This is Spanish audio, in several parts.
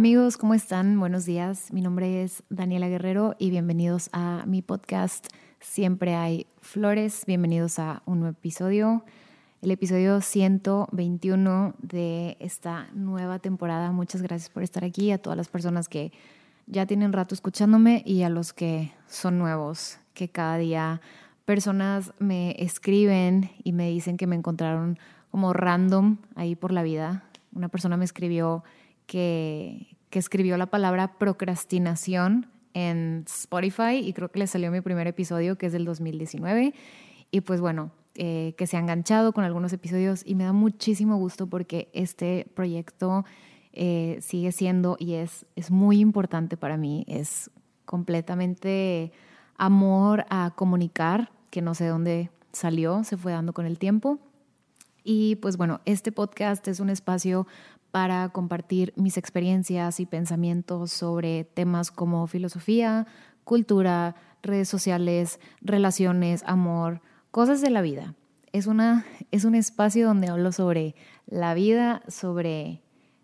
Amigos, ¿cómo están? Buenos días. Mi nombre es Daniela Guerrero y bienvenidos a mi podcast Siempre hay flores. Bienvenidos a un nuevo episodio, el episodio 121 de esta nueva temporada. Muchas gracias por estar aquí, a todas las personas que ya tienen rato escuchándome y a los que son nuevos, que cada día personas me escriben y me dicen que me encontraron como random ahí por la vida. Una persona me escribió que escribió la palabra procrastinación en Spotify y creo que le salió mi primer episodio, que es del 2019. Y pues bueno, que se ha enganchado con algunos episodios y me da muchísimo gusto porque este proyecto sigue siendo y es muy importante para mí. Es completamente amor a comunicar, que no sé dónde salió, se fue dando con el tiempo. Y pues bueno, este podcast es un espacio para compartir mis experiencias y pensamientos sobre temas como filosofía, cultura, redes sociales, relaciones, amor, cosas de la vida. Es un espacio donde hablo sobre la vida, sobre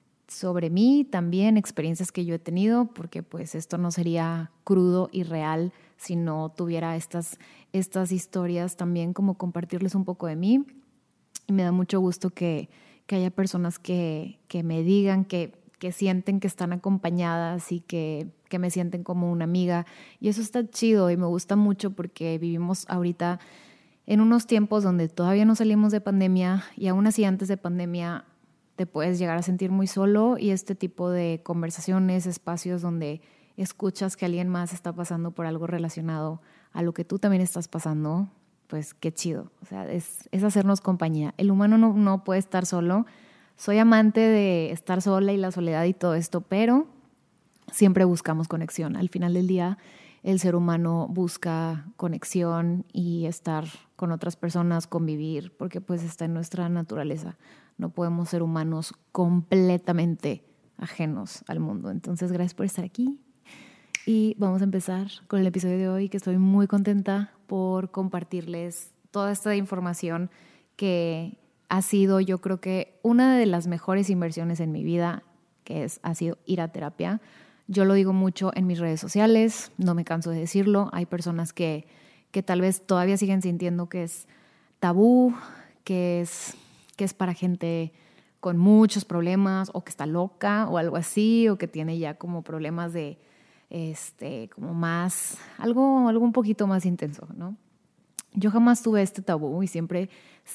mí también, experiencias que yo he tenido, porque pues esto no sería crudo y real si no tuviera estas historias también, como compartirles un poco de mí. Y me da mucho gusto que haya personas que me digan que sienten que están acompañadas y que me sienten como una amiga. Y eso está chido y me gusta mucho porque vivimos ahorita en unos tiempos donde todavía no salimos de pandemia y aún así antes de pandemia te puedes llegar a sentir muy solo, y este tipo de conversaciones, espacios donde escuchas que alguien más está pasando por algo relacionado a lo que tú también estás pasando, pues qué chido. O sea, es hacernos compañía. El humano no puede estar solo. Soy amante de estar sola y la soledad y todo esto, pero siempre buscamos conexión. Al final del día, el ser humano busca conexión y estar con otras personas, convivir, porque pues está en nuestra naturaleza. No podemos ser humanos completamente ajenos al mundo. Entonces, gracias por estar aquí. Y vamos a empezar con el episodio de hoy, que estoy muy contenta por compartirles toda esta información que ha sido, yo creo que una de las mejores inversiones en mi vida, ha sido ir a terapia. Yo lo digo mucho en mis redes sociales, no me canso de decirlo. Hay personas que tal vez todavía siguen sintiendo que es tabú, que es para gente con muchos problemas o que está loca o algo así, o que tiene ya como problemas de como más, algo un poquito más intenso, ¿no? Yo jamás tuve este tabú y siempre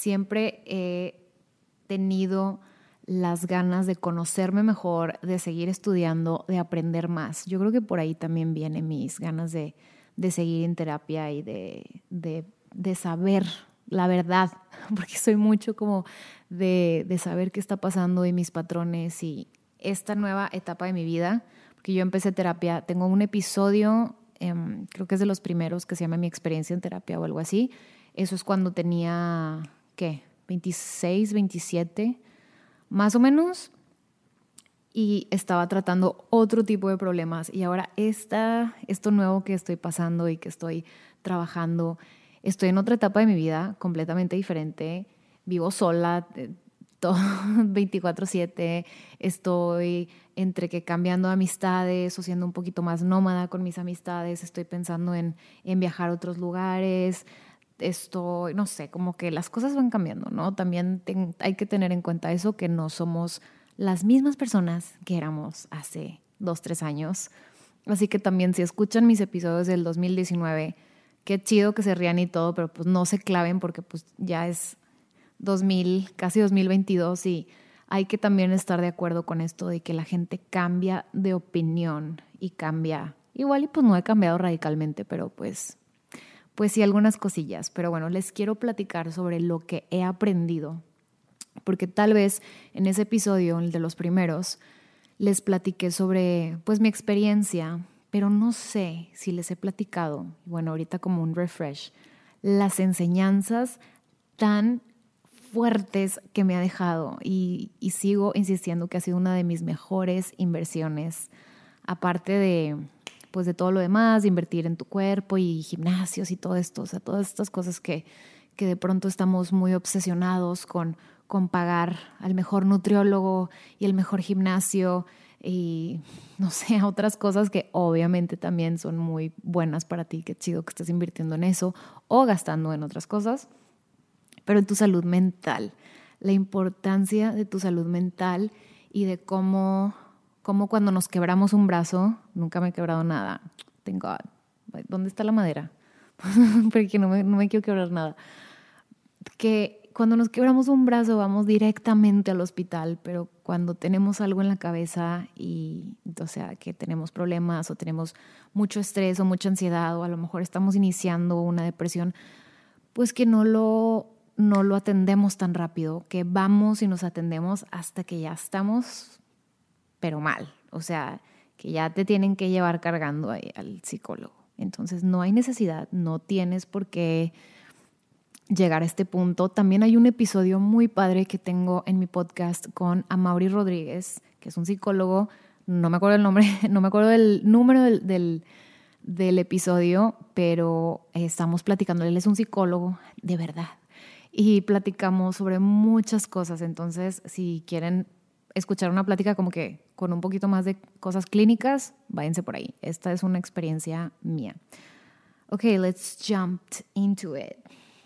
he tenido las ganas de conocerme mejor, de seguir estudiando, de aprender más. Yo creo que por ahí también vienen mis ganas de seguir en terapia y de saber la verdad, porque soy mucho como de saber qué está pasando y mis patrones y esta nueva etapa de mi vida. Que yo empecé terapia, tengo un episodio, creo que es de los primeros, que se llama Mi experiencia en terapia o algo así. Eso es cuando tenía, ¿qué? 26, 27, más o menos. Y estaba tratando otro tipo de problemas. Y ahora esto nuevo que estoy pasando y que estoy trabajando, estoy en otra etapa de mi vida completamente diferente. Vivo sola, 24/7, estoy entre que cambiando amistades o siendo un poquito más nómada con mis amistades, estoy pensando en viajar a otros lugares, no sé, como que las cosas van cambiando, ¿no? También hay que tener en cuenta eso, que no somos las mismas personas que éramos hace 2, 3 años. Así que también, si escuchan mis episodios del 2019, qué chido que se rían y todo, pero pues no se claven porque pues ya es casi 2022, y hay que también estar de acuerdo con esto de que la gente cambia de opinión y cambia. Igual y pues no he cambiado radicalmente, pero pues sí algunas cosillas. Pero bueno, les quiero platicar sobre lo que he aprendido, porque tal vez en ese episodio, el de los primeros, les platiqué sobre pues mi experiencia, pero no sé si les he platicado, bueno, ahorita como un refresh, las enseñanzas tan fuertes que me ha dejado, y sigo insistiendo que ha sido una de mis mejores inversiones, aparte de pues de todo lo demás, de invertir en tu cuerpo y gimnasios y todo esto, o sea, todas estas cosas que de pronto estamos muy obsesionados con con pagar al mejor nutriólogo y el mejor gimnasio y no sé, otras cosas que obviamente también son muy buenas para ti, qué chido que estés invirtiendo en eso o gastando en otras cosas, pero en tu salud mental, la importancia de tu salud mental y de cómo cuando nos quebramos un brazo, nunca me he quebrado nada, thank God, ¿dónde está la madera? Porque no me quiero quebrar nada, que cuando nos quebramos un brazo vamos directamente al hospital, pero cuando tenemos algo en la cabeza y, o sea, que tenemos problemas o tenemos mucho estrés o mucha ansiedad o a lo mejor estamos iniciando una depresión, pues que no lo atendemos tan rápido, que vamos y nos atendemos hasta que ya estamos, pero mal. O sea, que ya te tienen que llevar cargando ahí al psicólogo. Entonces no hay necesidad, no tienes por qué llegar a este punto. También hay un episodio muy padre que tengo en mi podcast con Amaury Rodríguez, que es un psicólogo, no me acuerdo el nombre, no me acuerdo del número del episodio, pero estamos platicando, él es un psicólogo de verdad y platicamos sobre muchas cosas. Entonces, si quieren escuchar una plática como que con un poquito más de cosas clínicas, váyanse por ahí. Esta es una experiencia mía. Okay, let's jump into it.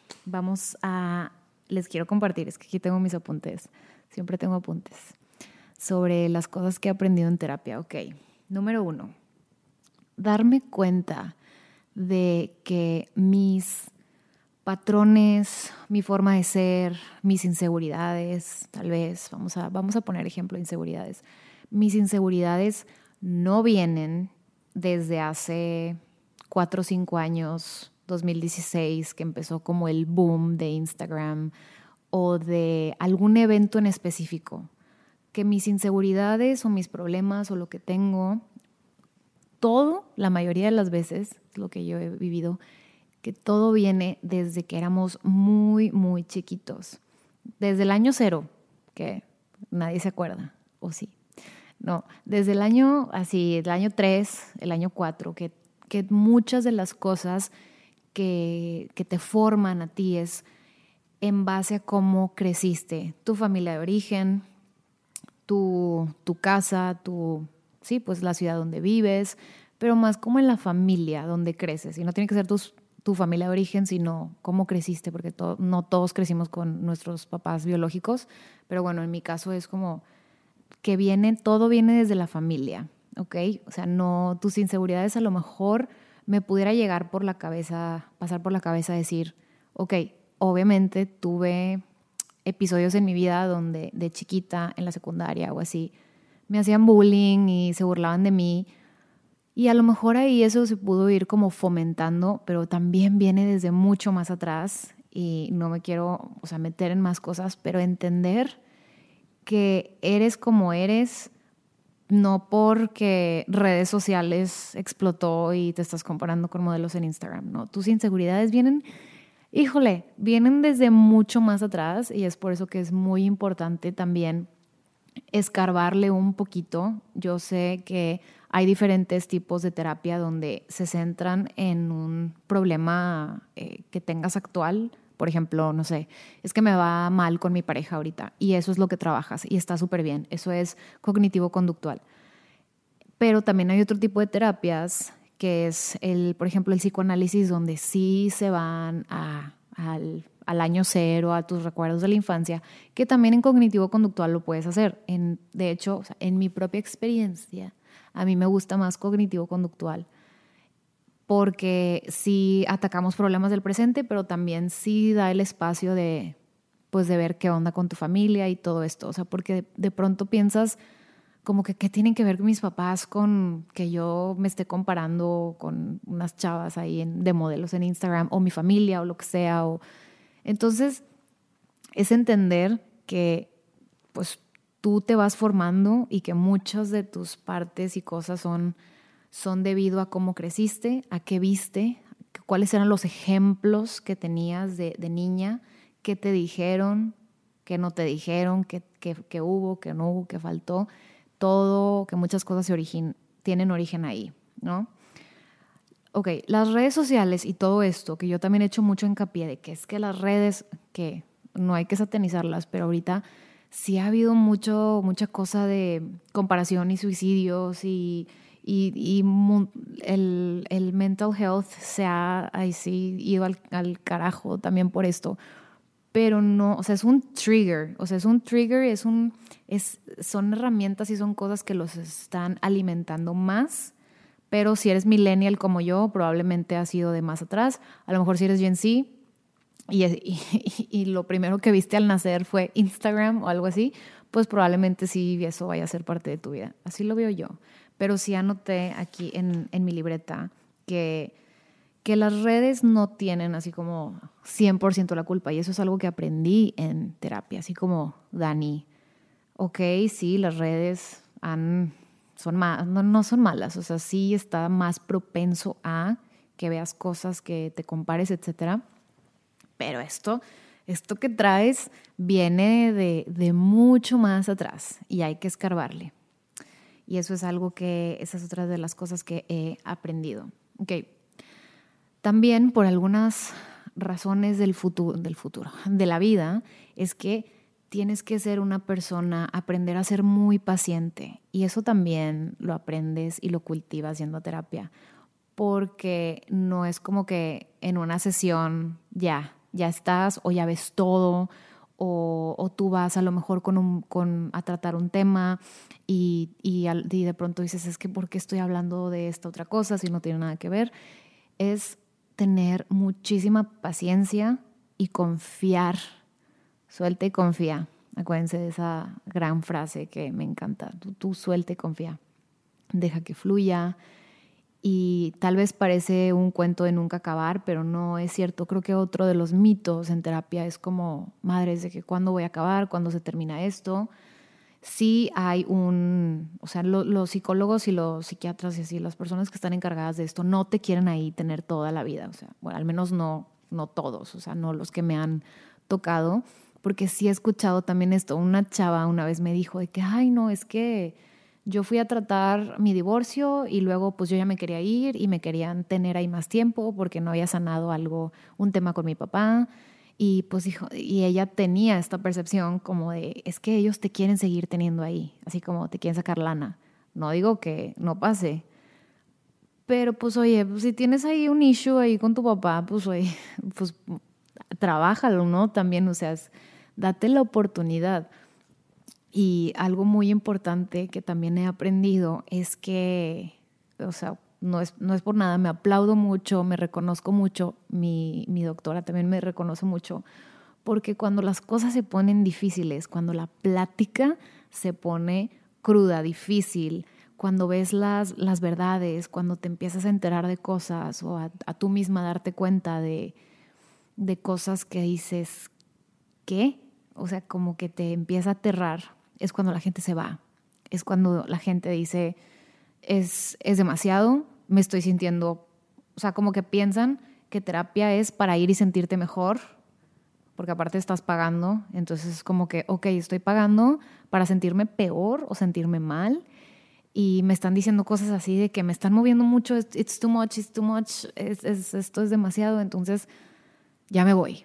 Les quiero compartir, es que aquí tengo mis apuntes, siempre tengo apuntes, sobre las cosas que he aprendido en terapia. Ok, número 1, darme cuenta de que mis patrones, mi forma de ser, mis inseguridades, tal vez, vamos a poner ejemplo de inseguridades. Mis inseguridades no vienen desde hace 4 o 5 años, 2016, que empezó como el boom de Instagram o de algún evento en específico. Que mis inseguridades o mis problemas o lo que tengo, todo, la mayoría de las veces, lo que yo he vivido, que todo viene desde que éramos muy, muy chiquitos. Desde el año 0, que nadie se acuerda, o sí. No, desde el año 3, el año 4, que muchas de las cosas que te forman a ti es en base a cómo creciste, tu familia de origen, tu casa, sí, pues la ciudad donde vives, pero más como en la familia donde creces. Y no tiene que ser tu familia de origen, sino cómo creciste, porque no todos crecimos con nuestros papás biológicos, pero bueno, en mi caso es como que todo viene desde la familia, ¿ok? O sea, no, tus inseguridades a lo mejor me pudiera pasar por la cabeza decir, ok, obviamente tuve episodios en mi vida donde de chiquita, en la secundaria o así, me hacían bullying y se burlaban de mí. Y a lo mejor ahí eso se pudo ir como fomentando, pero también viene desde mucho más atrás y no me quiero, meter en más cosas, pero entender que eres como eres, no porque redes sociales explotó y te estás comparando con modelos en Instagram, ¿no? Tus inseguridades vienen desde mucho más atrás y es por eso que es muy importante también escarbarle un poquito. Yo sé que hay diferentes tipos de terapia donde se centran en un problema que tengas actual. Por ejemplo, no sé, es que me va mal con mi pareja ahorita y eso es lo que trabajas y está súper bien. Eso es cognitivo-conductual. Pero también hay otro tipo de terapias que es, por ejemplo, el psicoanálisis, donde sí se van al año 0, a tus recuerdos de la infancia, que también en cognitivo-conductual lo puedes hacer. De hecho, en mi propia experiencia, a mí me gusta más cognitivo-conductual porque sí atacamos problemas del presente, pero también sí da el espacio de ver qué onda con tu familia y todo esto. O sea, porque de pronto piensas como que qué tienen que ver mis papás con que yo me esté comparando con unas chavas ahí de modelos en Instagram, o mi familia o lo que sea. Entonces, es entender que pues tú te vas formando y que muchas de tus partes y cosas son debido a cómo creciste, a qué viste, cuáles eran los ejemplos que tenías de niña, qué te dijeron, qué no te dijeron, qué hubo, qué no hubo, qué faltó. Todo, que muchas cosas tienen origen ahí, ¿no? Ok, las redes sociales y todo esto, que yo también he hecho mucho hincapié de que es que las redes, que no hay que satanizarlas, pero ahorita sí ha habido mucha cosa de comparación y suicidios y el mental health se ha ahí sí ido al carajo también por esto. Pero no, o sea, es un trigger, son herramientas y son cosas que los están alimentando más. Pero si eres millennial como yo, probablemente has sido de más atrás. A lo mejor si eres Gen Z y lo primero que viste al nacer fue Instagram o algo así, pues probablemente sí eso vaya a ser parte de tu vida. Así lo veo yo. Pero sí anoté aquí en mi libreta que las redes no tienen así como 100% la culpa. Y eso es algo que aprendí en terapia. Así como, Dani, ok, sí, las redes no son malas. O sea, sí está más propenso a que veas cosas, que te compares, etcétera. Pero esto que traes viene de mucho más atrás y hay que escarbarle. Y eso es algo esa es otra de las cosas que he aprendido. Ok. También por algunas razones del futuro, de la vida, es que tienes que ser una persona, aprender a ser muy paciente. Y eso también lo aprendes y lo cultivas yendo a terapia. Porque no es como que en una sesión ya estás o ya ves todo o tú vas a lo mejor a tratar un tema y de pronto dices, es que ¿por qué estoy hablando de esta otra cosa si no tiene nada que ver? Es tener muchísima paciencia y confiar. Suelta y confía. Acuérdense de esa gran frase que me encanta. Tú suelta y confía. Deja que fluya. Y tal vez parece un cuento de nunca acabar, pero no es cierto. Creo que otro de los mitos en terapia es como, madres, de que cuándo voy a acabar, cuándo se termina esto. Sí hay o sea, los psicólogos y los psiquiatras y así, las personas que están encargadas de esto no te quieren ahí tener toda la vida, o sea, bueno, al menos no todos, o sea, no los que me han tocado, porque sí he escuchado también esto. Una chava una vez me dijo de que, ay, no, es que yo fui a tratar mi divorcio y luego pues yo ya me quería ir y me querían tener ahí más tiempo porque no había sanado un tema con mi papá. Y pues dijo, y ella tenía esta percepción como de, es que ellos te quieren seguir teniendo ahí, así como te quieren sacar lana. No digo que no pase, pero pues oye, pues, si tienes ahí un issue ahí con tu papá, pues oye, pues trabájalo, ¿no? También, o sea, date la oportunidad. Y algo muy importante que también he aprendido es que, o sea, no es por nada, me aplaudo mucho, me reconozco mucho, mi doctora también me reconoce mucho, porque cuando las cosas se ponen difíciles, cuando la plática se pone cruda, difícil, cuando ves las verdades, cuando te empiezas a enterar de cosas o a tú misma darte cuenta de cosas que dices, ¿qué? O sea, como que te empieza a aterrar, es cuando la gente se va, es cuando la gente dice, es demasiado, me estoy sintiendo, o sea, como que piensan que terapia es para ir y sentirte mejor, porque aparte estás pagando, entonces es como que, ok, estoy pagando para sentirme peor o sentirme mal, y me están diciendo cosas así de que me están moviendo mucho, it's too much, esto es demasiado, entonces ya me voy.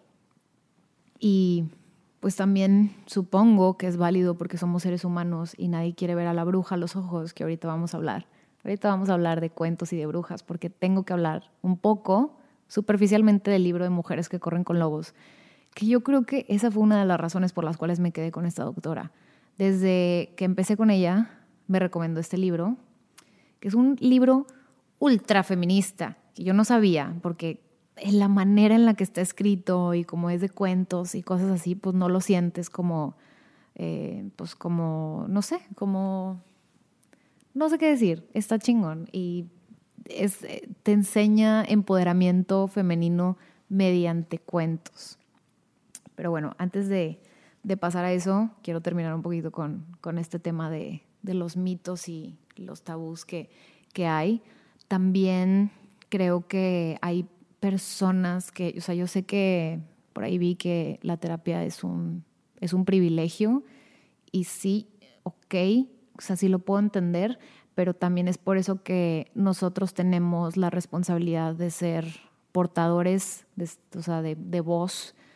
Y pues también supongo que es válido porque somos seres humanos y nadie quiere ver a la bruja a los ojos, que ahorita vamos a hablar. Ahorita vamos a hablar de cuentos y de brujas, porque tengo que hablar un poco superficialmente del libro de Mujeres que corren con lobos, que yo creo que esa fue una de las razones por las cuales me quedé con esta doctora. Desde que empecé con ella, me recomendó este libro, que es un libro ultra feminista, que yo no sabía, porque en la manera en la que está escrito y como es de cuentos y cosas así, pues no lo sientes como, pues como, no sé, como, no sé qué decir, está chingón y te enseña empoderamiento femenino mediante cuentos. Pero bueno, antes de pasar a eso, quiero terminar un poquito con este tema de los mitos y los tabús que hay. También creo que hay personas que, o sea, yo sé que por ahí vi que la terapia es un privilegio y sí, ok, o sea, sí lo puedo entender, pero también es por eso que nosotros tenemos la responsabilidad de ser portadores o sea, de voz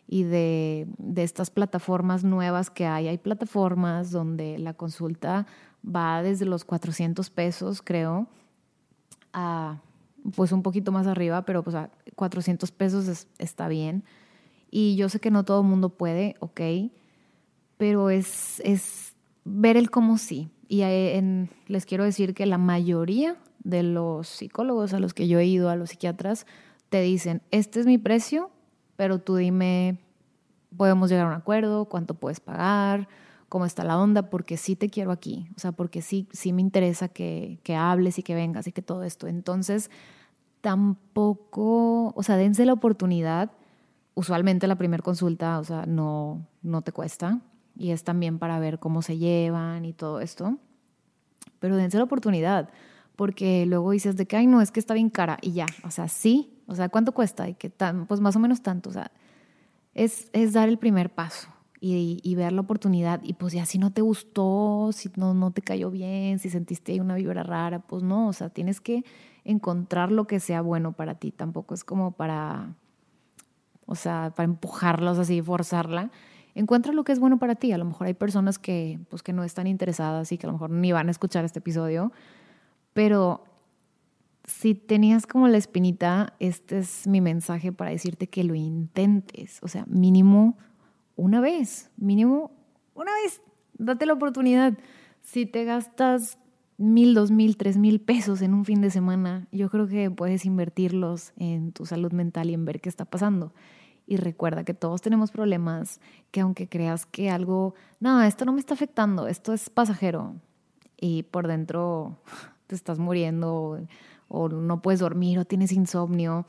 y de estas plataformas nuevas que hay. Hay plataformas donde la consulta va desde los 400 pesos, creo, a pues un poquito más arriba, pero pues a 400 pesos está bien. Y yo sé que no todo el mundo puede, ok, pero es ver el cómo sí. Y les quiero decir que la mayoría de los psicólogos a los que yo he ido, a los psiquiatras, te dicen, este es mi precio, pero tú dime, podemos llegar a un acuerdo, cuánto puedes pagar, cómo está la onda, porque sí te quiero aquí, o sea, porque sí me interesa que hables y que vengas y que todo esto. Entonces, tampoco, o sea, dense la oportunidad. Usualmente la primera consulta, o sea, no te cuesta y es también para ver cómo se llevan y todo esto. Pero dense la oportunidad, porque luego dices de que, ay, no, es que está bien cara y ya, o sea, sí, o sea, ¿cuánto cuesta? Y que pues más o menos tanto, o sea, es dar el primer paso y ver la oportunidad. Y pues ya si no te gustó, si no te cayó bien, si sentiste ahí una vibra rara, pues no, o sea, tienes que encontrar lo que sea bueno para ti. Tampoco es como para empujarlos así, forzarla. Encuentra lo que es bueno para ti. A lo mejor hay personas que no están interesadas y que a lo mejor ni van a escuchar este episodio, pero si tenías como la espinita, este es mi mensaje para decirte que lo intentes. O sea, mínimo una vez, date la oportunidad. Si te gastas 1,000, 2,000, 3,000 pesos en un fin de semana, yo creo que puedes invertirlos en tu salud mental y en ver qué está pasando. Y recuerda que todos tenemos problemas, que aunque creas que algo, no, esto no me está afectando, esto es pasajero, y por dentro te estás muriendo o no puedes dormir o tienes insomnio.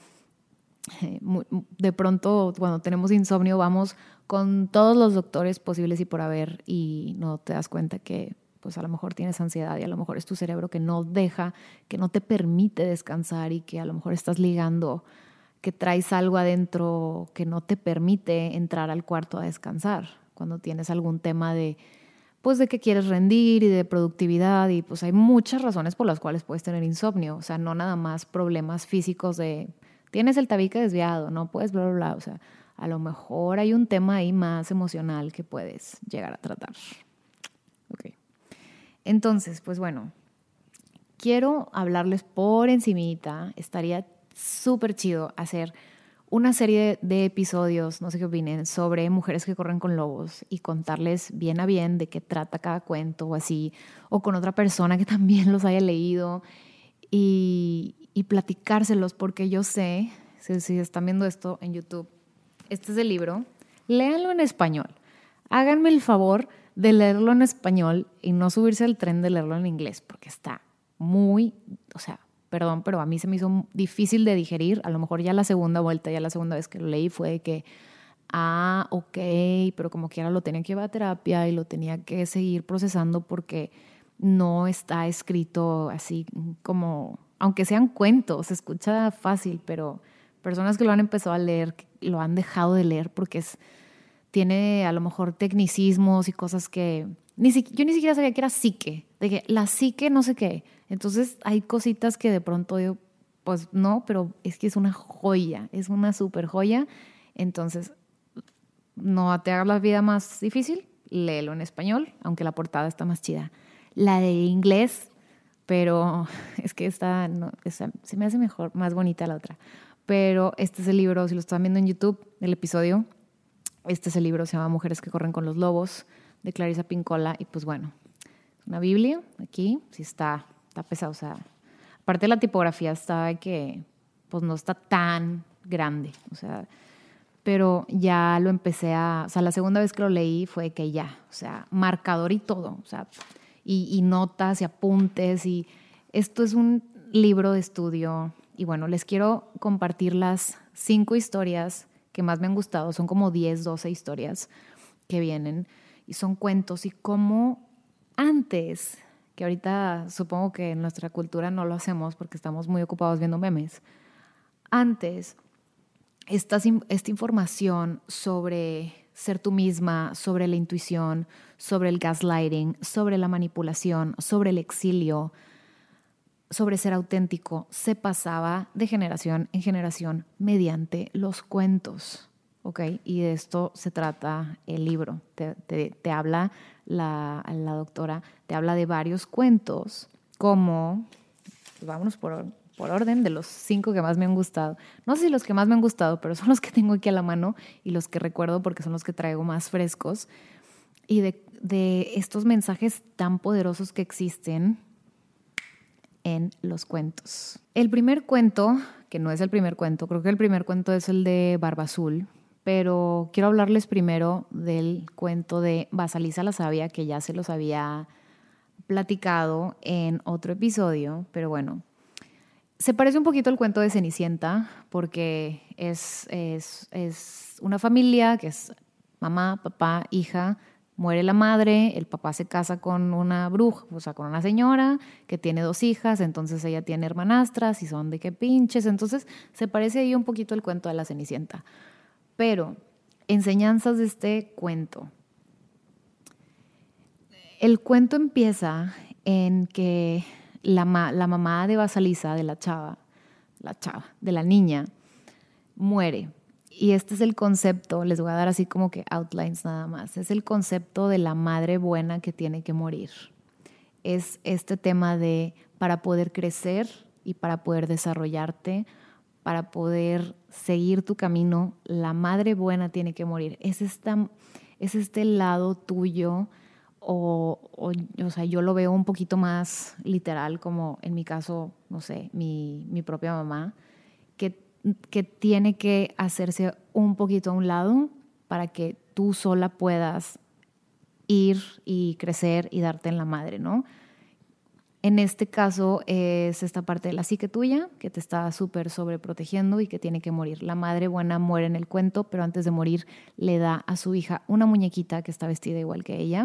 De pronto, cuando tenemos insomnio, vamos con todos los doctores posibles y por haber y no te das cuenta que pues a lo mejor tienes ansiedad y a lo mejor es tu cerebro que no deja, que no te permite descansar y que a lo mejor estás ligando, que traes algo adentro que no te permite entrar al cuarto a descansar cuando tienes algún tema de que quieres rendir y de productividad y pues hay muchas razones por las cuales puedes tener insomnio, o sea, no nada más problemas físicos de tienes el tabique desviado, no puedes bla, bla, bla, o sea, a lo mejor hay un tema ahí más emocional que puedes llegar a tratar. Ok. Entonces, pues bueno, quiero hablarles por encimita, estaría súper chido hacer una serie de episodios, no sé qué opinen, sobre mujeres que corren con lobos y contarles bien a bien de qué trata cada cuento o así, o con otra persona que también los haya leído y platicárselos, porque yo sé, si están viendo esto en YouTube, este es el libro, léanlo en español. Háganme el favor de leerlo en español y no subirse al tren de leerlo en inglés, porque está muy, o sea, perdón, pero a mí se me hizo difícil de digerir. A lo mejor ya la segunda vuelta, ya la segunda vez que lo leí fue de que, ok, pero como quiera lo tenía que llevar a terapia y lo tenía que seguir procesando porque no está escrito así como, aunque sean cuentos, se escucha fácil, pero personas que lo han empezado a leer, lo han dejado de leer porque tiene a lo mejor tecnicismos y cosas que yo ni siquiera sabía que era psique, de que la psique no sé qué. Entonces hay cositas que de pronto yo, pues no, pero es que es una joya, es una súper joya. Entonces, no te hagas la vida más difícil, léelo en español, aunque la portada está más chida. La de inglés, pero es que se me hace mejor, más bonita la otra. Pero este es el libro, si lo están viendo en YouTube, el episodio, este es el libro, se llama Mujeres que corren con los lobos, de Clarissa Pinkola. Y pues bueno, una Biblia aquí, sí está pesado. O sea, aparte de la tipografía está que pues no está tan grande. O sea, pero ya lo empecé o sea, la segunda vez que lo leí fue que ya, o sea, marcador y todo. O sea, y notas y apuntes. Y esto es un libro de estudio. Y bueno, les quiero compartir las 5 historias que más me han gustado. Son como 10, 12 historias que vienen y son cuentos y cómo antes, que ahorita supongo que en nuestra cultura no lo hacemos porque estamos muy ocupados viendo memes, antes esta información sobre ser tú misma, sobre la intuición, sobre el gaslighting, sobre la manipulación, sobre el exilio, sobre ser auténtico, se pasaba de generación en generación mediante los cuentos. ¿ok? Y de esto se trata el libro. Te habla la doctora, te habla de varios cuentos, como, pues vámonos por orden, de los 5 que más me han gustado. No sé si los que más me han gustado, pero son los que tengo aquí a la mano y los que recuerdo porque son los que traigo más frescos. Y de estos mensajes tan poderosos que existen en los cuentos. El primer cuento, que no es el primer cuento, creo que el primer cuento es el de Barba Azul, pero quiero hablarles primero del cuento de Basalisa la Sabia, que ya se los había platicado en otro episodio, pero bueno, se parece un poquito al cuento de Cenicienta, porque es una familia que es mamá, papá, hija. Muere la madre, el papá se casa con una bruja, o sea, con una señora que tiene 2 hijas, entonces ella tiene hermanastras y son de qué pinches. Entonces se parece ahí un poquito al cuento de la Cenicienta. Pero, enseñanzas de este cuento. El cuento empieza en que la mamá de Basalisa, de de la niña, muere. Y este es el concepto, les voy a dar así como que outlines nada más, es el concepto de la madre buena que tiene que morir. Es este tema de para poder crecer y para poder desarrollarte, para poder seguir tu camino, la madre buena tiene que morir. Es este lado tuyo, o sea, yo lo veo un poquito más literal, como en mi caso, no sé, mi propia mamá, que tiene que hacerse un poquito a un lado para que tú sola puedas ir y crecer y darte en la madre, ¿no? En este caso es esta parte de la psique tuya que te está súper sobreprotegiendo y que tiene que morir. La madre buena muere en el cuento, pero antes de morir le da a su hija una muñequita que está vestida igual que ella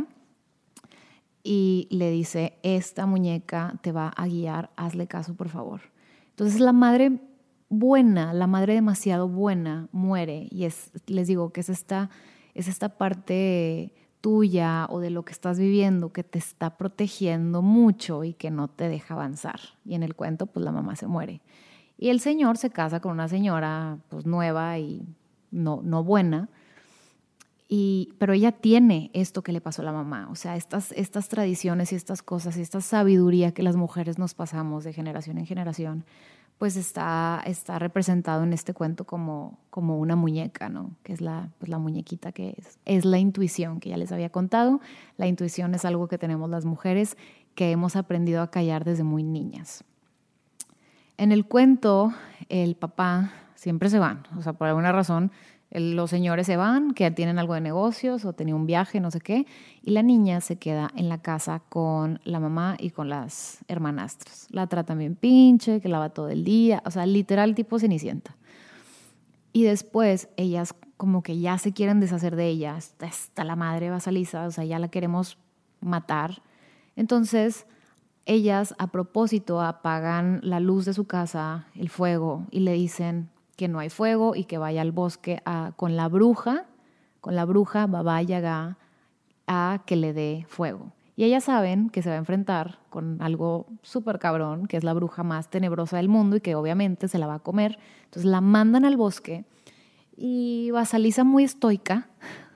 y le dice, esta muñeca te va a guiar, hazle caso por favor. Entonces la madre buena, la madre demasiado buena muere y les digo que es esta parte tuya o de lo que estás viviendo que te está protegiendo mucho y que no te deja avanzar. Y en el cuento pues la mamá se muere. Y el señor se casa con una señora pues nueva y no buena, pero ella tiene esto que le pasó a la mamá, o sea, estas tradiciones y estas cosas y esta sabiduría que las mujeres nos pasamos de generación en generación, pues está representado en este cuento como una muñeca, ¿no? Que es pues la muñequita que es la intuición que ya les había contado. La intuición es algo que tenemos las mujeres que hemos aprendido a callar desde muy niñas. En el cuento, el papá siempre se van, o sea, por alguna razón los señores se van, que tienen algo de negocios o tenía un viaje, no sé qué, y la niña se queda en la casa con la mamá y con las hermanastras. La tratan bien pinche, que lava todo el día, o sea, literal tipo Cenicienta. Y después ellas como que ya se quieren deshacer de ella, hasta la madre Basalisa, o sea, ya la queremos matar. Entonces ellas a propósito apagan la luz de su casa, el fuego, y le dicen que no hay fuego y que vaya al bosque con la bruja Baba Yaga, a que le dé fuego. Y ellas saben que se va a enfrentar con algo súper cabrón, que es la bruja más tenebrosa del mundo y que obviamente se la va a comer. Entonces la mandan al bosque y Basalisa muy estoica,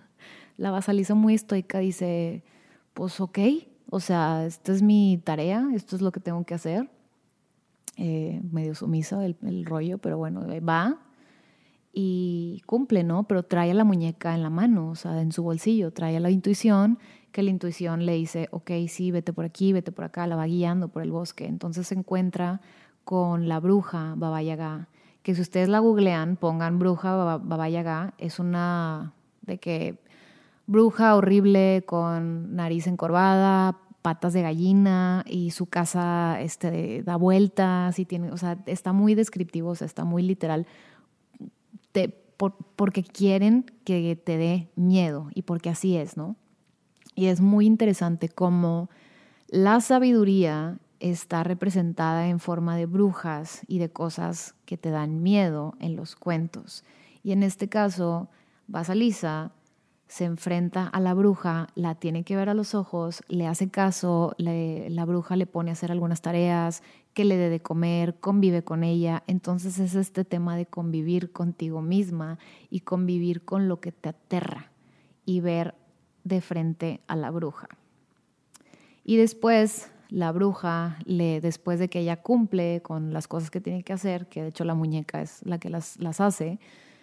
dice, pues ok, o sea, esta es mi tarea, esto es lo que tengo que hacer. Medio sumisa el rollo, pero bueno, va y cumple, ¿no? Pero trae a la muñeca en la mano, o sea, en su bolsillo, trae a la intuición, que la intuición le dice, ok, sí, vete por aquí, vete por acá, la va guiando por el bosque. Entonces se encuentra con la bruja Baba Yaga, que si ustedes la googlean, pongan bruja Baba Yaga, es una de que bruja horrible con nariz encorvada, patas de gallina y su casa da vueltas y tiene, o sea, está muy descriptivo, o sea, está muy literal, porque quieren que te dé miedo y porque así es, ¿no? Y es muy interesante cómo la sabiduría está representada en forma de brujas y de cosas que te dan miedo en los cuentos. Y en este caso, Basalisa se enfrenta a la bruja, la tiene que ver a los ojos, le hace caso, la bruja le pone a hacer algunas tareas, que le dé de comer, convive con ella. Entonces es este tema de convivir contigo misma y convivir con lo que te aterra y ver de frente a la bruja. Y después la bruja, después de que ella cumple con las cosas que tiene que hacer, que de hecho la muñeca es la que las hace,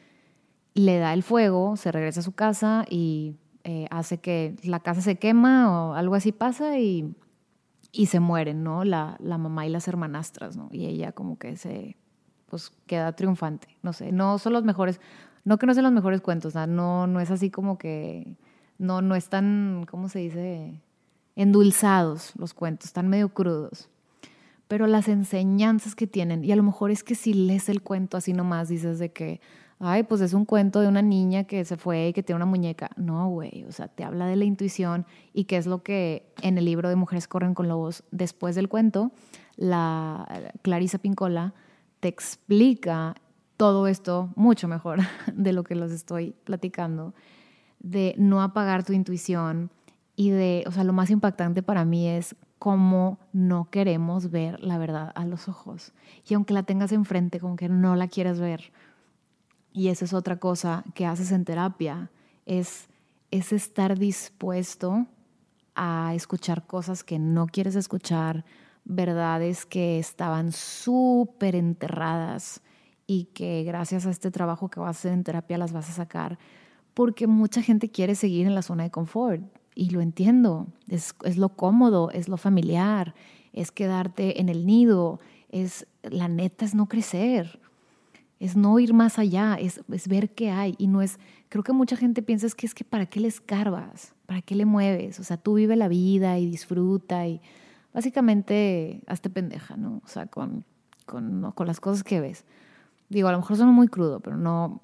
le da el fuego, se regresa a su casa y hace que la casa se quema o algo así pasa y se mueren, ¿no? La mamá y las hermanastras, ¿no? Y ella como que pues queda triunfante. No sé, no son los mejores, no que no sean los mejores cuentos, no es así como que, no es tan, ¿cómo se dice? Endulzados los cuentos, están medio crudos. Pero las enseñanzas que tienen, y a lo mejor es que si lees el cuento así nomás dices de que, ay, pues es un cuento de una niña que se fue y que tiene una muñeca. No, güey, o sea, te habla de la intuición y qué es lo que en el libro de Mujeres corren con lobos, después del cuento, la Clarisa Pinkola te explica todo esto mucho mejor de lo que los estoy platicando, de no apagar tu intuición y o sea, lo más impactante para mí es cómo no queremos ver la verdad a los ojos. Y aunque la tengas enfrente, como que no la quieres ver. Y esa es otra cosa que haces en terapia, es estar dispuesto a escuchar cosas que no quieres escuchar, verdades que estaban súper enterradas y que gracias a este trabajo que vas a hacer en terapia las vas a sacar, porque mucha gente quiere seguir en la zona de confort. Y lo entiendo, es lo cómodo, es lo familiar, es quedarte en el nido, la neta es no crecer. Es no ir más allá, es ver qué hay. Y no es, creo que mucha gente piensa es que ¿para qué le escarbas? ¿Para qué le mueves? O sea, tú vive la vida y disfruta y básicamente hazte pendeja, ¿no? O sea, con las cosas que ves. Digo, a lo mejor suena muy crudo, pero no,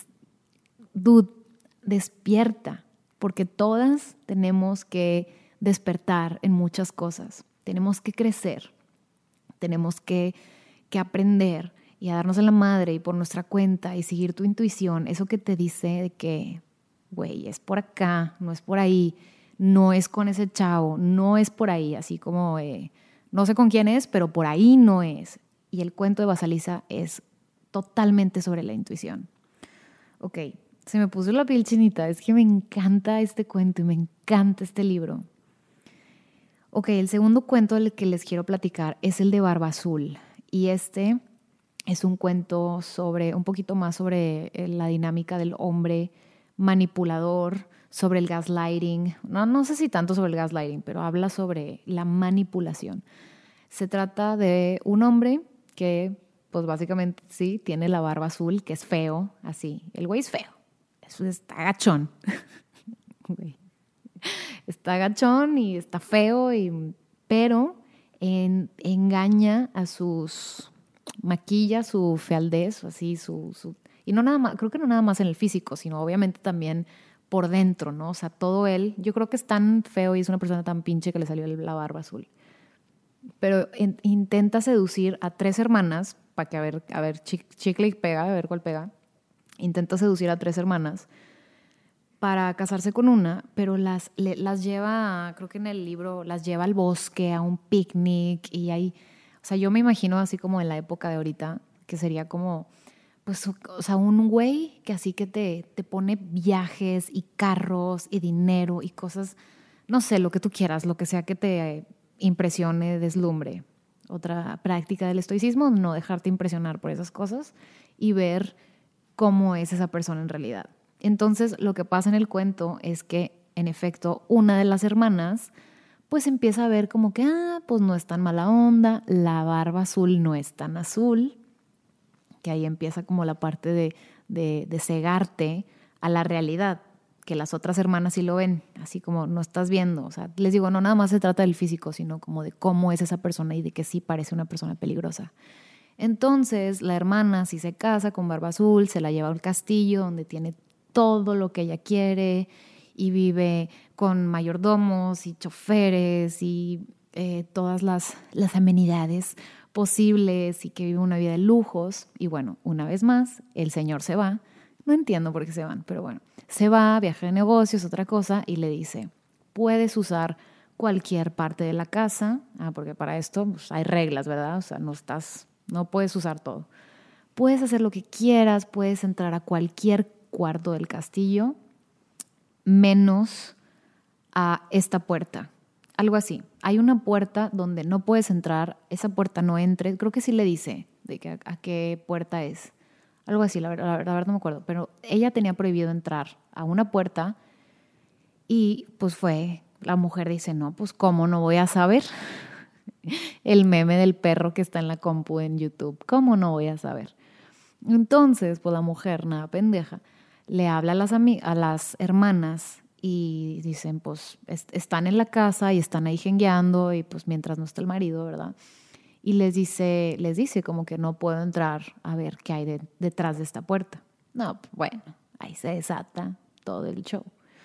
dude, despierta, porque todas tenemos que despertar en muchas cosas. Tenemos que crecer, tenemos que aprender y a darnos en la madre y por nuestra cuenta y seguir tu intuición, eso que te dice de que, güey, es por acá, no es por ahí, no es con ese chavo, no es por ahí, así como, no sé con quién es, pero por ahí no es. Y el cuento de Basilisa es totalmente sobre la intuición. Ok, se me puso la piel chinita, es que me encanta este cuento y me encanta este libro. Ok, el segundo cuento del que les quiero platicar es el de Barba Azul. Y este es un cuento un poquito más sobre la dinámica del hombre manipulador, sobre el gaslighting. No sé si tanto sobre el gaslighting, pero habla sobre la manipulación. Se trata de un hombre que, pues básicamente sí, tiene la barba azul, que es feo, así. El güey es feo. Eso está gachón. Está gachón y está feo, pero engaña a maquilla su fealdez, así y no nada más, creo que no nada más en el físico, sino obviamente también por dentro, ¿no? O sea, todo él, yo creo que es tan feo y es una persona tan pinche que le salió la barba azul. Pero intenta seducir a 3 hermanas, para que a ver, chicle y pega, a ver cuál pega. Intenta seducir a 3 hermanas para casarse con una, pero las lleva, creo que en el libro, las lleva al bosque, a un picnic y hay, o sea, yo me imagino así como en la época de ahorita, que sería como, pues, o sea, un güey que así que te pone viajes y carros y dinero y cosas, no sé, lo que tú quieras, lo que sea que te impresione, deslumbre. Otra práctica del estoicismo, no dejarte impresionar por esas cosas y ver cómo es esa persona en realidad. Entonces, lo que pasa en el cuento es que, en efecto, una de las hermanas pues empieza a ver como que, pues no es tan mala onda, la barba azul no es tan azul, que ahí empieza como la parte de cegarte a la realidad, que las otras hermanas sí lo ven, así como no estás viendo. O sea, les digo, no nada más se trata del físico, sino como de cómo es esa persona y de que sí parece una persona peligrosa. Entonces, la hermana sí se casa con barba azul, se la lleva al castillo donde tiene todo lo que ella quiere y vive con mayordomos y choferes y todas las amenidades posibles y que vive una vida de lujos. Y bueno, una vez más, el señor se va, No entiendo por qué se van, pero bueno. Se va, viaja de negocios, otra cosa, y le dice, puedes usar cualquier parte de la casa, porque para esto pues, hay reglas, ¿verdad? O sea, no puedes usar todo. Puedes hacer lo que quieras, puedes entrar a cualquier cuarto del castillo, menos a esta puerta. Algo así. Hay una puerta donde no puedes entrar, esa puerta no entres. Creo que sí le dice de que a qué puerta es. Algo así, la verdad no me acuerdo. Pero ella tenía prohibido entrar a una puerta y pues la mujer dice, no, pues ¿cómo no voy a saber? El meme del perro que está en la compu en YouTube. ¿Cómo no voy a saber? Entonces, pues la mujer, nada pendeja, le habla a las hermanas y dicen, pues están en la casa y están ahí jengueando y pues mientras no está el marido, ¿verdad? Y les dice como que no puedo entrar a ver qué hay detrás de esta puerta. No, pues bueno, ahí se desata todo el show.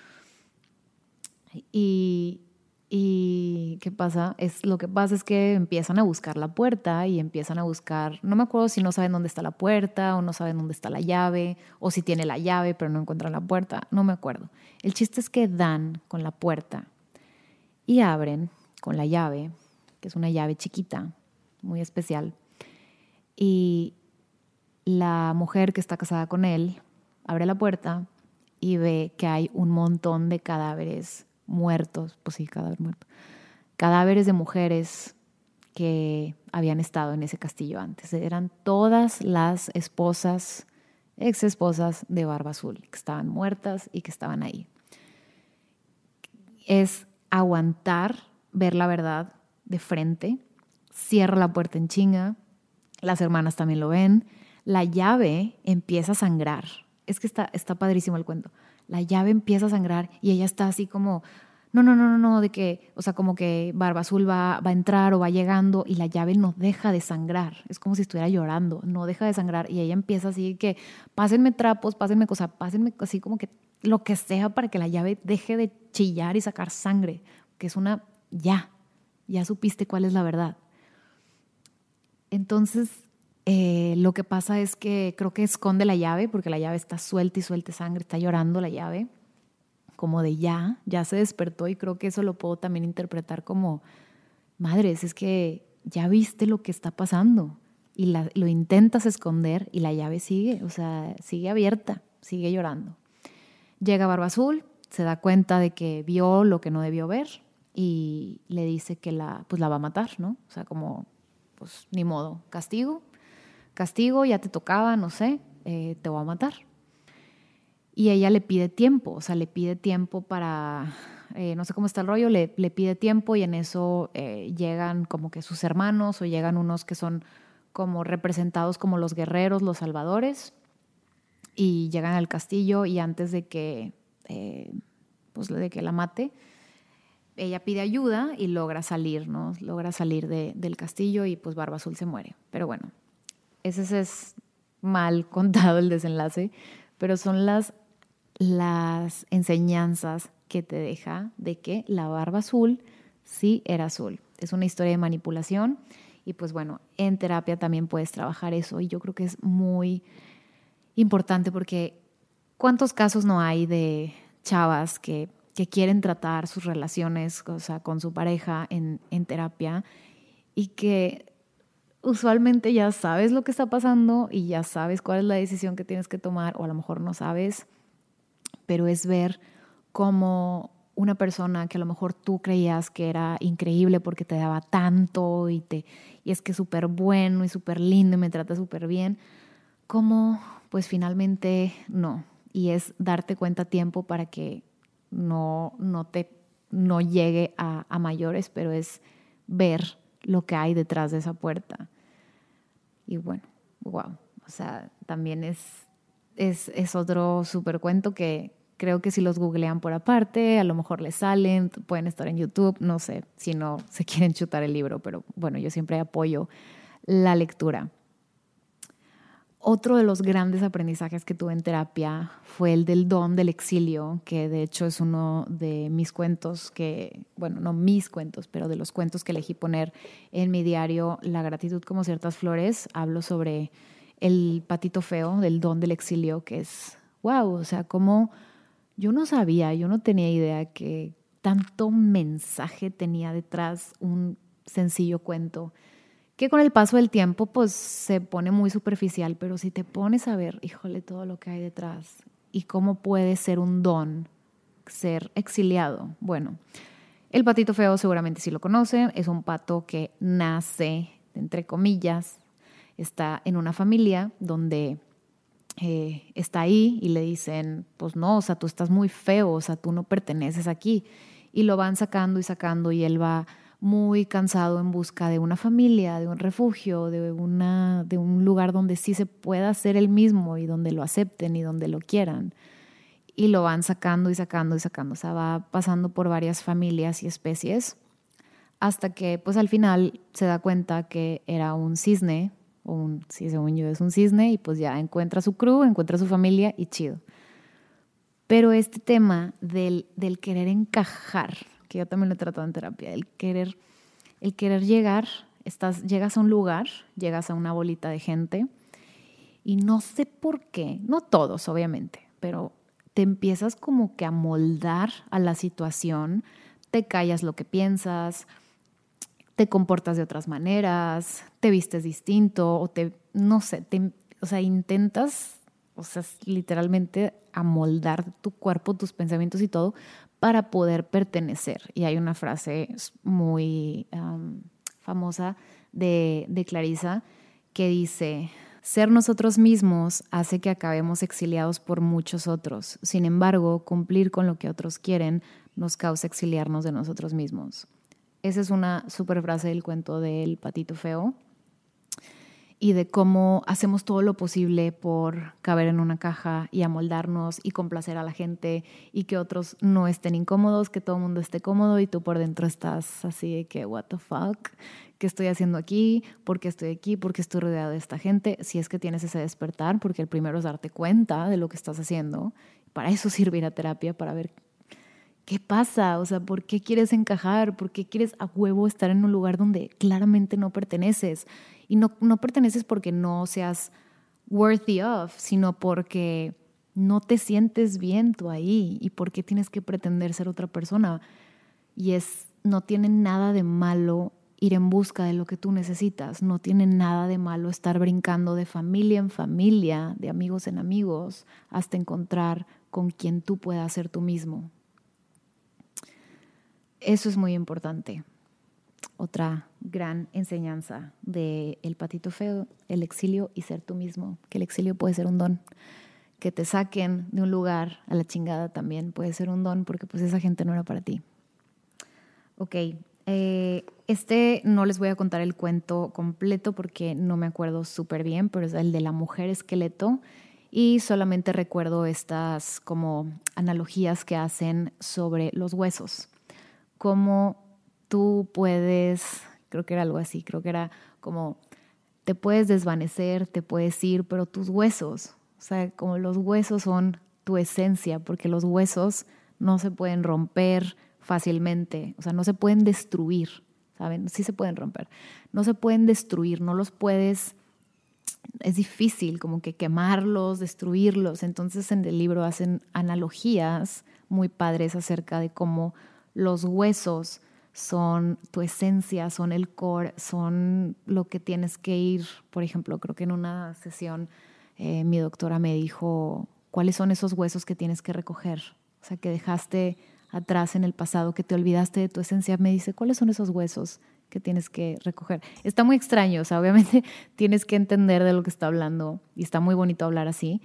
Y ¿qué pasa? Lo que pasa es que empiezan a buscar la puerta y empiezan a buscar, no me acuerdo si no saben dónde está la puerta o no saben dónde está la llave o si tiene la llave pero no encuentran la puerta, no me acuerdo. El chiste es que dan con la puerta y abren con la llave, que es una llave chiquita, muy especial. Y la mujer que está casada con él abre la puerta y ve que hay un montón de cadáveres muertos, pues sí, cadáver muerto, cadáveres de mujeres que habían estado en ese castillo antes. Eran todas las ex esposas de Barba Azul, que estaban muertas y que estaban ahí. Es aguantar, ver la verdad de frente, cierra la puerta en chinga, las hermanas también lo ven, la llave empieza a sangrar. Es que está padrísimo el cuento. La llave empieza a sangrar y ella está así como, no, de que, o sea, como que Barba Azul va a entrar o va llegando y la llave no deja de sangrar. Es como si estuviera llorando, no deja de sangrar y ella empieza así que, pásenme trapos, pásenme cosas, pásenme así como que lo que sea para que la llave deje de chillar y sacar sangre, que es ya supiste cuál es la verdad. Entonces, lo que pasa es que creo que esconde la llave porque la llave está suelta y suelta sangre, está llorando la llave, como de ya se despertó y creo que eso lo puedo también interpretar como, madres, es que ya viste lo que está pasando y lo intentas esconder y la llave sigue, o sea, sigue abierta, sigue llorando. Llega Barba Azul, se da cuenta de que vio lo que no debió ver y le dice que la va a matar, ¿no? O sea, como, pues ni modo, castigo, ya te tocaba, no sé, te voy a matar. Y ella le pide tiempo, o sea, le pide tiempo para, no sé cómo está el rollo, le pide tiempo y en eso llegan como que sus hermanos o llegan unos que son como representados como los guerreros, los salvadores, y llegan al castillo y antes de que, de que la mate, ella pide ayuda y logra salir, ¿no? Logra salir del castillo y pues Barba Azul se muere. Pero bueno, ese es mal contado el desenlace, pero son las enseñanzas que te deja de que la Barba Azul sí era azul. Es una historia de manipulación y pues bueno, en terapia también puedes trabajar eso y yo creo que es muy importante porque ¿cuántos casos no hay de chavas que quieren tratar sus relaciones, o sea, con su pareja en terapia y que usualmente ya sabes lo que está pasando y ya sabes cuál es la decisión que tienes que tomar o a lo mejor no sabes, pero es ver cómo una persona que a lo mejor tú creías que era increíble porque te daba tanto y es que es súper bueno y súper lindo y me trata súper bien, cómo pues finalmente no. Y es darte cuenta a tiempo para que no llegue a mayores, pero es ver lo que hay detrás de esa puerta. Y bueno, wow. O sea, también es otro súper cuento que creo que si los googlean por aparte, a lo mejor les salen, pueden estar en YouTube, no sé, si no se quieren chutar el libro, pero bueno, yo siempre apoyo la lectura. Otro de los grandes aprendizajes que tuve en terapia fue el del don del exilio, que de hecho es uno de mis cuentos no mis cuentos, pero de los cuentos que elegí poner en mi diario La gratitud como ciertas flores. Hablo sobre el patito feo del don del exilio, que es wow, o sea, como yo no sabía, yo no tenía idea que tanto mensaje tenía detrás un sencillo cuento, que con el paso del tiempo pues se pone muy superficial, pero si te pones a ver, híjole, todo lo que hay detrás y cómo puede ser un don ser exiliado. Bueno, el patito feo seguramente sí lo conocen, es un pato que nace, entre comillas, está en una familia donde está ahí y le dicen, pues no, o sea, tú estás muy feo, o sea, tú no perteneces aquí. Y lo van sacando y sacando y él va muy cansado en busca de una familia, de un refugio, de un lugar donde sí se pueda ser él mismo y donde lo acepten y donde lo quieran. Y lo van sacando y sacando y sacando, o sea, va pasando por varias familias y especies hasta que pues al final se da cuenta que era un cisne, sí, según yo es un cisne, y pues ya encuentra su crew, encuentra su familia y chido. Pero este tema del querer encajar, que yo también lo he tratado en terapia, el querer llegar, llegas a un lugar, llegas a una bolita de gente y no sé por qué, no todos obviamente, pero te empiezas como que a moldar a la situación, te callas lo que piensas, te comportas de otras maneras, te vistes distinto o no sé, o sea, intentas, o sea, literalmente amoldar tu cuerpo, tus pensamientos y todo para poder pertenecer. Y hay una frase muy famosa de Clarissa que dice: ser nosotros mismos hace que acabemos exiliados por muchos otros. Sin embargo, cumplir con lo que otros quieren nos causa exiliarnos de nosotros mismos. Esa es una súper frase del cuento del patito feo y de cómo hacemos todo lo posible por caber en una caja y amoldarnos y complacer a la gente y que otros no estén incómodos, que todo el mundo esté cómodo y tú por dentro estás así de que what the fuck, ¿qué estoy haciendo aquí? ¿Por qué estoy aquí? ¿Por qué estoy rodeado de esta gente? Si es que tienes ese despertar, porque el primero es darte cuenta de lo que estás haciendo. Para eso sirve ir a terapia, para ver ¿qué pasa? O sea, ¿por qué quieres encajar? ¿Por qué quieres a huevo estar en un lugar donde claramente no perteneces? Y no perteneces porque no seas worthy of, sino porque no te sientes bien tú ahí y porque tienes que pretender ser otra persona. Y no tiene nada de malo ir en busca de lo que tú necesitas. No tiene nada de malo estar brincando de familia en familia, de amigos en amigos, hasta encontrar con quien tú puedas ser tú mismo. Eso es muy importante. Otra gran enseñanza de El patito feo, el exilio y ser tú mismo. Que el exilio puede ser un don. Que te saquen de un lugar a la chingada también puede ser un don porque pues esa gente no era para ti. Ok, no les voy a contar el cuento completo porque no me acuerdo súper bien, pero es el de la mujer esqueleto y solamente recuerdo estas como analogías que hacen sobre los huesos. Cómo tú puedes, creo que era algo así, creo que era como te puedes desvanecer, te puedes ir, pero tus huesos, o sea, como los huesos son tu esencia, porque los huesos no se pueden romper fácilmente, o sea, no se pueden destruir, ¿saben? Sí se pueden romper, no se pueden destruir, no los puedes, es difícil como que quemarlos, destruirlos. Entonces en el libro hacen analogías muy padres acerca de cómo los huesos son tu esencia, son el core, son lo que tienes que ir. Por ejemplo, creo que en una sesión mi doctora me dijo cuáles son esos huesos que tienes que recoger, o sea, que dejaste atrás en el pasado, que te olvidaste de tu esencia. Me dice, ¿cuáles son esos huesos que tienes que recoger? Está muy extraño, o sea, obviamente tienes que entender de lo que está hablando y está muy bonito hablar así.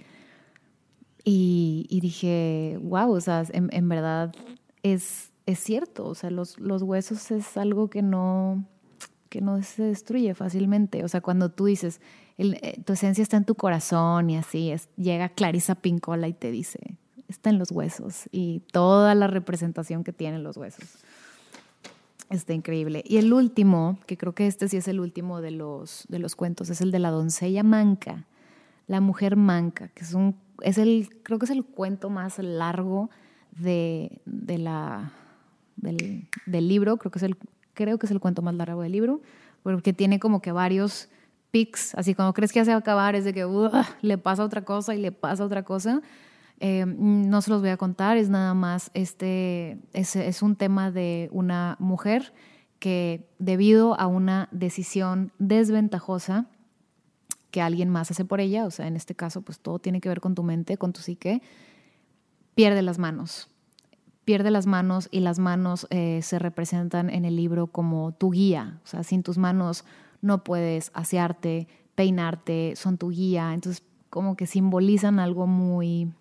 Y dije, wow, o sea, en verdad es cierto, o sea, los huesos es algo que no se destruye fácilmente. O sea, cuando tú dices, tu esencia está en tu corazón y así, llega Clarissa Pinkola y te dice, está en los huesos y toda la representación que tienen los huesos. Está increíble. Y el último, que creo que este sí es el último de los cuentos, es el de la doncella manca, la mujer manca, que creo que es el cuento más largo del libro. Creo que es el cuento más largo del libro, porque tiene como que varios pics, así cuando crees que ya se va a acabar, es de que le pasa otra cosa y le pasa otra cosa. No se los voy a contar, es nada más, es un tema de una mujer que debido a una decisión desventajosa que alguien más hace por ella, o sea, en este caso, pues todo tiene que ver con tu mente, con tu psique, pierde las manos. Pierde las manos y las manos se representan en el libro como tu guía. O sea, sin tus manos no puedes asearte, peinarte, son tu guía. Entonces, como que simbolizan algo muy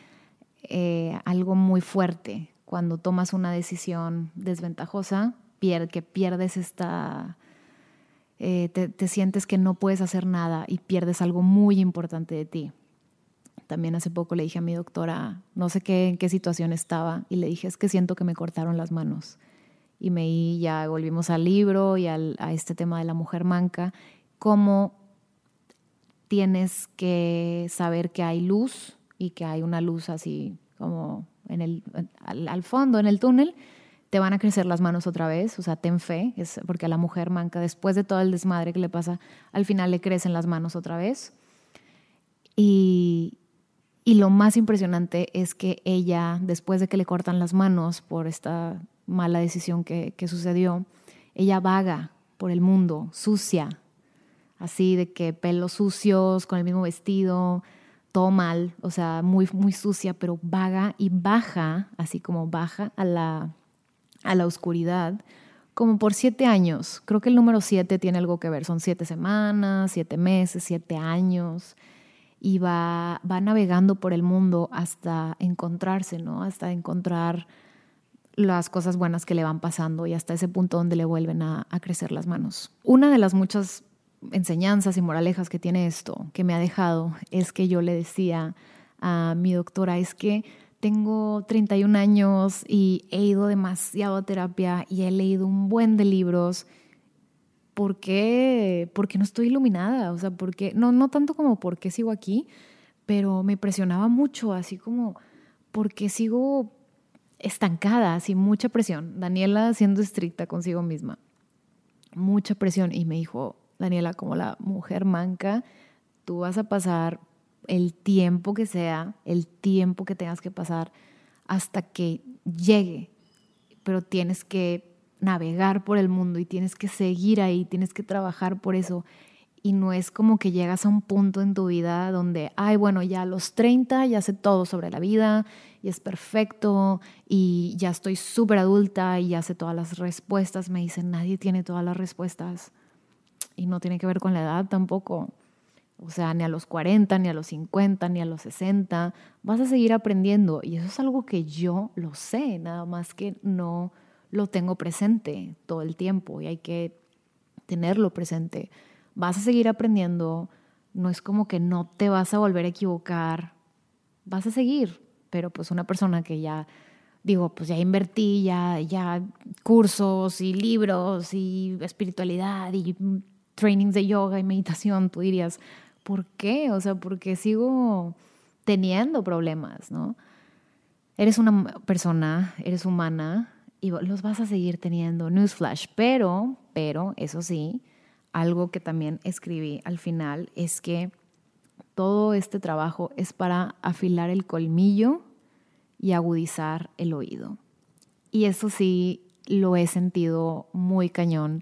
fuerte. Cuando tomas una decisión desventajosa, que pierdes te sientes que no puedes hacer nada y pierdes algo muy importante de ti. También hace poco le dije a mi doctora, no sé en qué situación estaba, y le dije, es que siento que me cortaron las manos. Y ya volvimos al libro y a este tema de la mujer manca, cómo tienes que saber que hay luz y que hay una luz así como al fondo, en el túnel, te van a crecer las manos otra vez, o sea, ten fe, porque a la mujer manca, después de todo el desmadre que le pasa, al final le crecen las manos otra vez. Y lo más impresionante es que ella, después de que le cortan las manos por esta mala decisión que sucedió, ella vaga por el mundo, sucia, así de que pelos sucios, con el mismo vestido, todo mal, o sea, muy, muy sucia, pero vaga y baja, así como baja a la oscuridad, como por 7 años. Creo que el número 7 tiene algo que ver, son 7 semanas, 7 meses, 7 años. Y va navegando por el mundo hasta encontrarse, ¿no? Hasta encontrar las cosas buenas que le van pasando y hasta ese punto donde le vuelven a crecer las manos. Una de las muchas enseñanzas y moralejas que tiene esto, que me ha dejado, es que yo le decía a mi doctora, es que tengo 31 años y he ido demasiado a terapia y he leído un buen de libros. ¿Por qué no estoy iluminada? O sea, no tanto como por qué sigo aquí, pero me presionaba mucho, así como por qué sigo estancada, así mucha presión. Daniela siendo estricta consigo misma, mucha presión. Y me dijo, Daniela, como la mujer manca, tú vas a pasar el tiempo que sea, el tiempo que tengas que pasar hasta que llegue, pero tienes que navegar por el mundo y tienes que seguir ahí, tienes que trabajar por eso. Y no es como que llegas a un punto en tu vida donde, ay, bueno, ya a los 30 ya sé todo sobre la vida y es perfecto y ya estoy súper adulta y ya sé todas las respuestas. Me dicen, nadie tiene todas las respuestas y no tiene que ver con la edad tampoco. O sea, ni a los 40, ni a los 50, ni a los 60. Vas a seguir aprendiendo y eso es algo que yo lo sé, nada más que no lo tengo presente todo el tiempo y hay que tenerlo presente. Vas a seguir aprendiendo, no es como que no te vas a volver a equivocar, vas a seguir, pero pues una persona que ya, digo, pues ya invertí, ya cursos y libros y espiritualidad y trainings de yoga y meditación, tú dirías, ¿por qué? O sea, porque sigo teniendo problemas, ¿no? Eres una persona, eres humana y los vas a seguir teniendo, newsflash, pero, eso sí, algo que también escribí al final es que todo este trabajo es para afilar el colmillo y agudizar el oído. Y eso sí lo he sentido muy cañón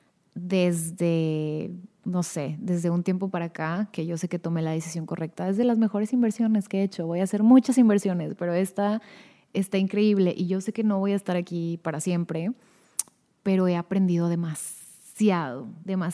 desde, no sé, desde un tiempo para acá, que yo sé que tomé la decisión correcta. Es de las mejores inversiones que he hecho. Voy a hacer muchas inversiones, pero esta está increíble y yo sé que no voy a estar aquí para siempre, pero he aprendido demasiado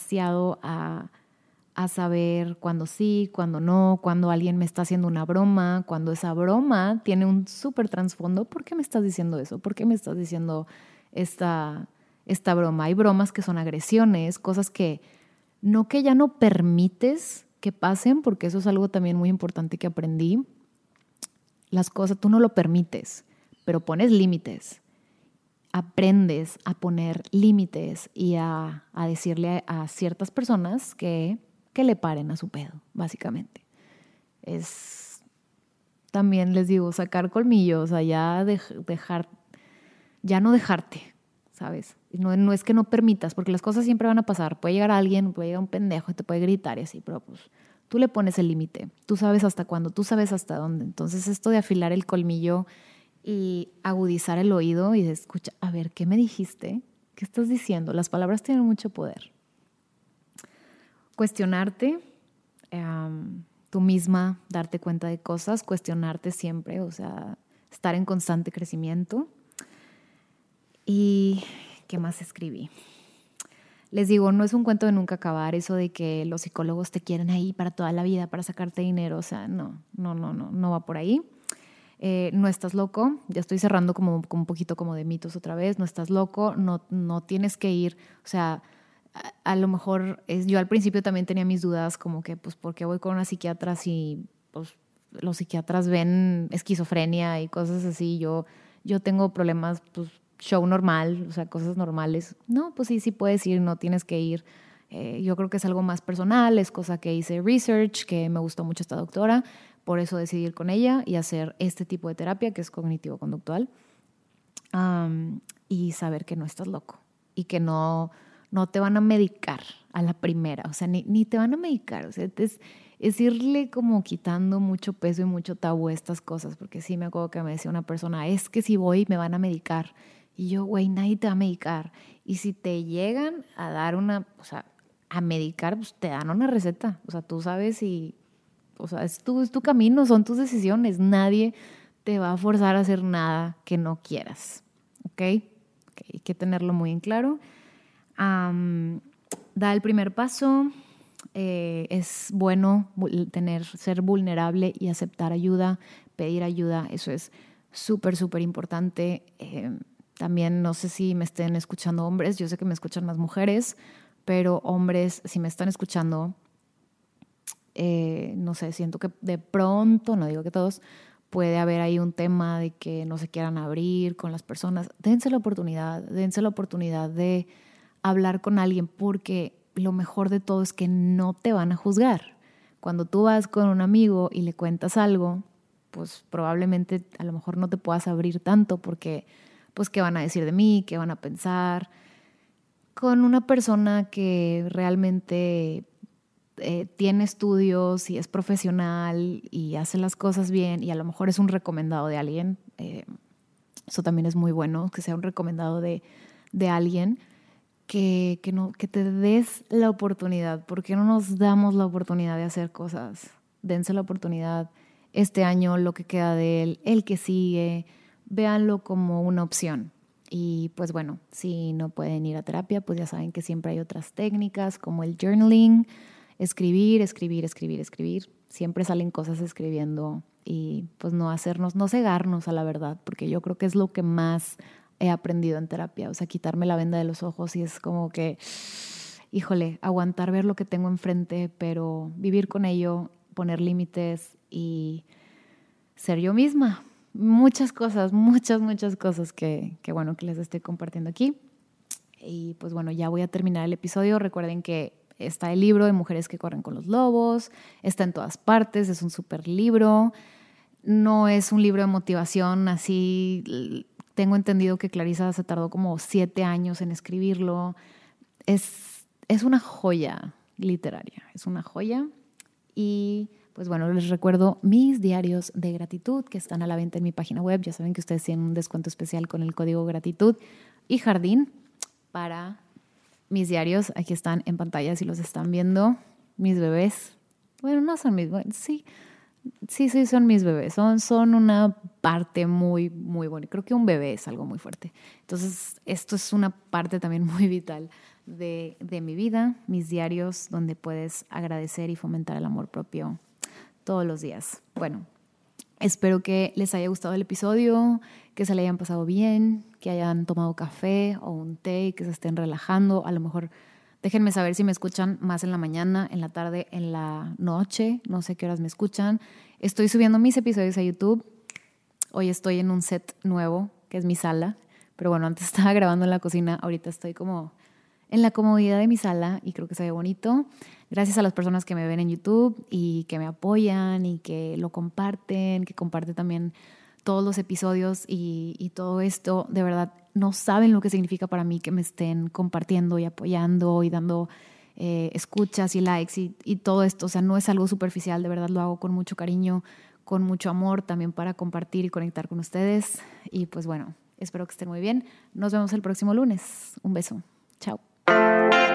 a saber cuándo sí, cuándo no, cuándo alguien me está haciendo una broma, cuando esa broma tiene un súper trasfondo. ¿Por qué me estás diciendo eso? ¿Por qué me estás diciendo esta broma? Hay bromas que son agresiones, cosas que ya no permites que pasen, porque eso es algo también muy importante que aprendí. Las cosas tú no lo permites, pero pones límites. Aprendes a poner límites y a decirle a ciertas personas que le paren a su pedo, básicamente. Es también, les digo, sacar colmillos, o sea, ya no dejarte, ¿sabes? No es que no permitas, porque las cosas siempre van a pasar. Puede llegar alguien, puede llegar un pendejo y te puede gritar y así, pero pues tú le pones el límite, tú sabes hasta cuándo, tú sabes hasta dónde. Entonces esto de afilar el colmillo y agudizar el oído y de escucha, a ver, ¿qué me dijiste? ¿Qué estás diciendo? Las palabras tienen mucho poder. Cuestionarte, tú misma darte cuenta de cosas, cuestionarte siempre, o sea, estar en constante crecimiento. ¿Y qué más escribí? Les digo, no es un cuento de nunca acabar, eso de que los psicólogos te quieren ahí para toda la vida, para sacarte dinero, o sea, no va por ahí. No estás loco, ya estoy cerrando como un poquito como de mitos otra vez, no estás loco, no tienes que ir, o sea, a lo mejor yo al principio también tenía mis dudas como que pues ¿por qué voy con una psiquiatra si pues los psiquiatras ven esquizofrenia y cosas así? Yo tengo problemas, pues show normal, o sea, cosas normales. No, pues sí puedes ir, no tienes que ir. Yo creo que es algo más personal, es cosa que hice research, que me gustó mucho esta doctora, por eso decidí ir con ella y hacer este tipo de terapia que es cognitivo-conductual, y saber que no estás loco y que no te van a medicar a la primera, o sea, ni te van a medicar, o sea, es irle como quitando mucho peso y mucho tabú a estas cosas, porque sí me acuerdo que me decía una persona, es que si voy me van a medicar, y yo, güey, nadie te va a medicar, y si te llegan a dar o sea, a medicar, pues te dan una receta, o sea, tú sabes y, o sea, es tu camino, son tus decisiones, nadie te va a forzar a hacer nada que no quieras, ¿ok? Hay que tenerlo muy en claro. Da el primer paso. Es bueno ser vulnerable y aceptar ayuda, pedir ayuda. Eso es súper, súper importante. También no sé si me estén escuchando hombres. Yo sé que me escuchan más mujeres, pero hombres, si me están escuchando, no sé, siento que de pronto, no digo que todos, puede haber ahí un tema de que no se quieran abrir con las personas. Dense la oportunidad de hablar con alguien, porque lo mejor de todo es que no te van a juzgar. Cuando tú vas con un amigo y le cuentas algo, pues probablemente a lo mejor no te puedas abrir tanto porque, pues, ¿qué van a decir de mí? ¿Qué van a pensar? Con una persona que realmente tiene estudios y es profesional y hace las cosas bien y a lo mejor es un recomendado de alguien, eso también es muy bueno, que sea un recomendado de alguien, que te des la oportunidad. ¿Por qué no nos damos la oportunidad de hacer cosas? Dense la oportunidad este año, lo que queda de él, el que sigue, véanlo como una opción. Y pues bueno, si no pueden ir a terapia, pues ya saben que siempre hay otras técnicas como el journaling, escribir. Siempre salen cosas escribiendo y pues no cegarnos a la verdad, porque yo creo que es lo que más he aprendido en terapia, o sea, quitarme la venda de los ojos y es como que, híjole, aguantar ver lo que tengo enfrente, pero vivir con ello, poner límites y ser yo misma. Muchas cosas que bueno, que les estoy compartiendo aquí. Y pues bueno, ya voy a terminar el episodio. Recuerden que está el libro de Mujeres que corren con los lobos, está en todas partes, es un súper libro. No es un libro de motivación así. Tengo entendido que Clarisa se tardó como 7 años en escribirlo. Es una joya literaria, es una joya. Y pues bueno, les recuerdo mis diarios de gratitud que están a la venta en mi página web. Ya saben que ustedes tienen un descuento especial con el código gratitud y jardín para mis diarios. Aquí están en pantalla si los están viendo. Mis bebés, bueno, no son mis bebés, sí, son mis bebés. Son una parte muy, muy bonita. Creo que un bebé es algo muy fuerte. Entonces, esto es una parte también muy vital de mi vida, mis diarios, donde puedes agradecer y fomentar el amor propio todos los días. Bueno, espero que les haya gustado el episodio, que se le hayan pasado bien, que hayan tomado café o un té, que se estén relajando. A lo mejor déjenme saber si me escuchan más en la mañana, en la tarde, en la noche. No sé qué horas me escuchan. Estoy subiendo mis episodios a YouTube. Hoy estoy en un set nuevo, que es mi sala. Pero bueno, antes estaba grabando en la cocina. Ahorita estoy como en la comodidad de mi sala y creo que se ve bonito. Gracias a las personas que me ven en YouTube y que me apoyan y que lo comparten, que comparten también todos los episodios y todo esto. De verdad, no saben lo que significa para mí que me estén compartiendo y apoyando y dando escuchas y likes y todo esto. O sea, no es algo superficial, de verdad lo hago con mucho cariño, con mucho amor, también para compartir y conectar con ustedes. Y pues bueno, espero que estén muy bien. Nos vemos el próximo lunes. Un beso. Chao.